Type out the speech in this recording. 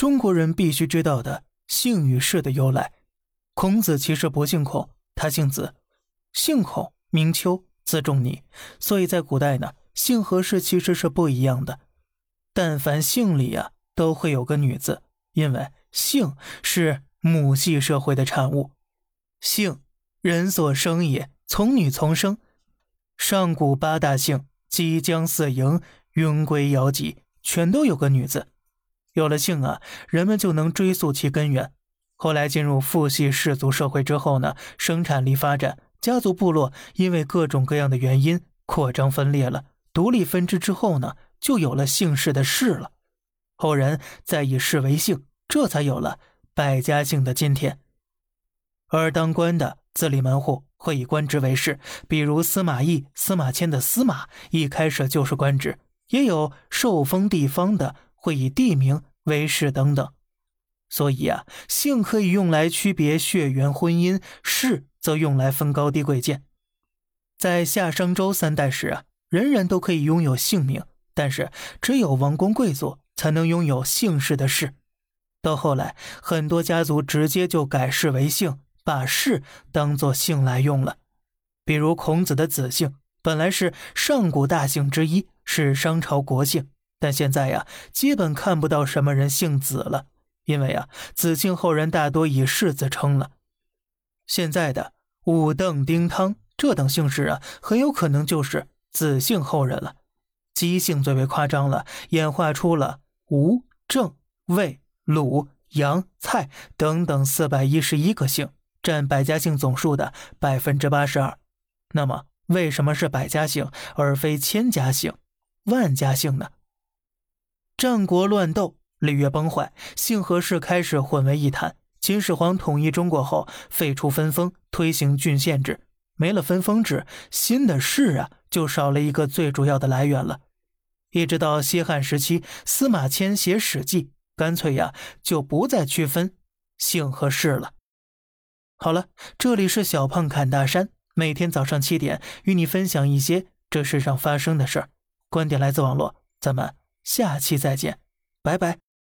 中国人必须知道的姓与氏的由来。孔子其实不姓孔，他姓子，姓孔，名丘，字仲尼，所以在古代呢，姓和氏其实是不一样的。但凡姓里都会有个女字，因为姓是母系社会的产物。姓，人所生也，从女从生。上古八大姓，姬姜姒嬴、云归尧吉，全都有个女字。有了姓人们就能追溯其根源。后来进入父系氏族社会之后呢，生产力发展，家族部落因为各种各样的原因扩张分裂了，独立分支之后呢，就有了姓氏的氏了。后人再以氏为姓，这才有了百家姓的今天。而当官的自立门户会以官职为氏，比如司马懿、司马迁的司马一开始就是官职，也有受封地方的会以地名为氏等等。所以姓可以用来区别血缘婚姻，氏则用来分高低贵贱。在夏商周三代时人人都可以拥有姓名，但是只有王公贵族才能拥有姓氏的氏。到后来，很多家族直接就改氏为姓，把氏当作姓来用了。比如孔子的子姓，本来是上古大姓之一，是商朝国姓，但现在基本看不到什么人姓子了，因为子姓后人大多以氏自称了。现在的武邓、丁汤这等姓氏很有可能就是子姓后人了。姬姓最为夸张了，演化出了吴、郑、魏、鲁、杨、蔡等等411个姓，占百家姓总数的 82%。 那么为什么是百家姓而非千家姓、万家姓呢？战国乱斗，礼乐崩坏，姓和氏开始混为一谈。秦始皇统一中国后，废除分封，推行郡县制。没了分封制，新的氏就少了一个最主要的来源了。一直到西汉时期，司马迁写《史记》，干脆就不再区分姓和氏了。好了，这里是小胖侃大山，每天早上7点与你分享一些这世上发生的事儿。观点来自网络，咱们下期再见，拜拜。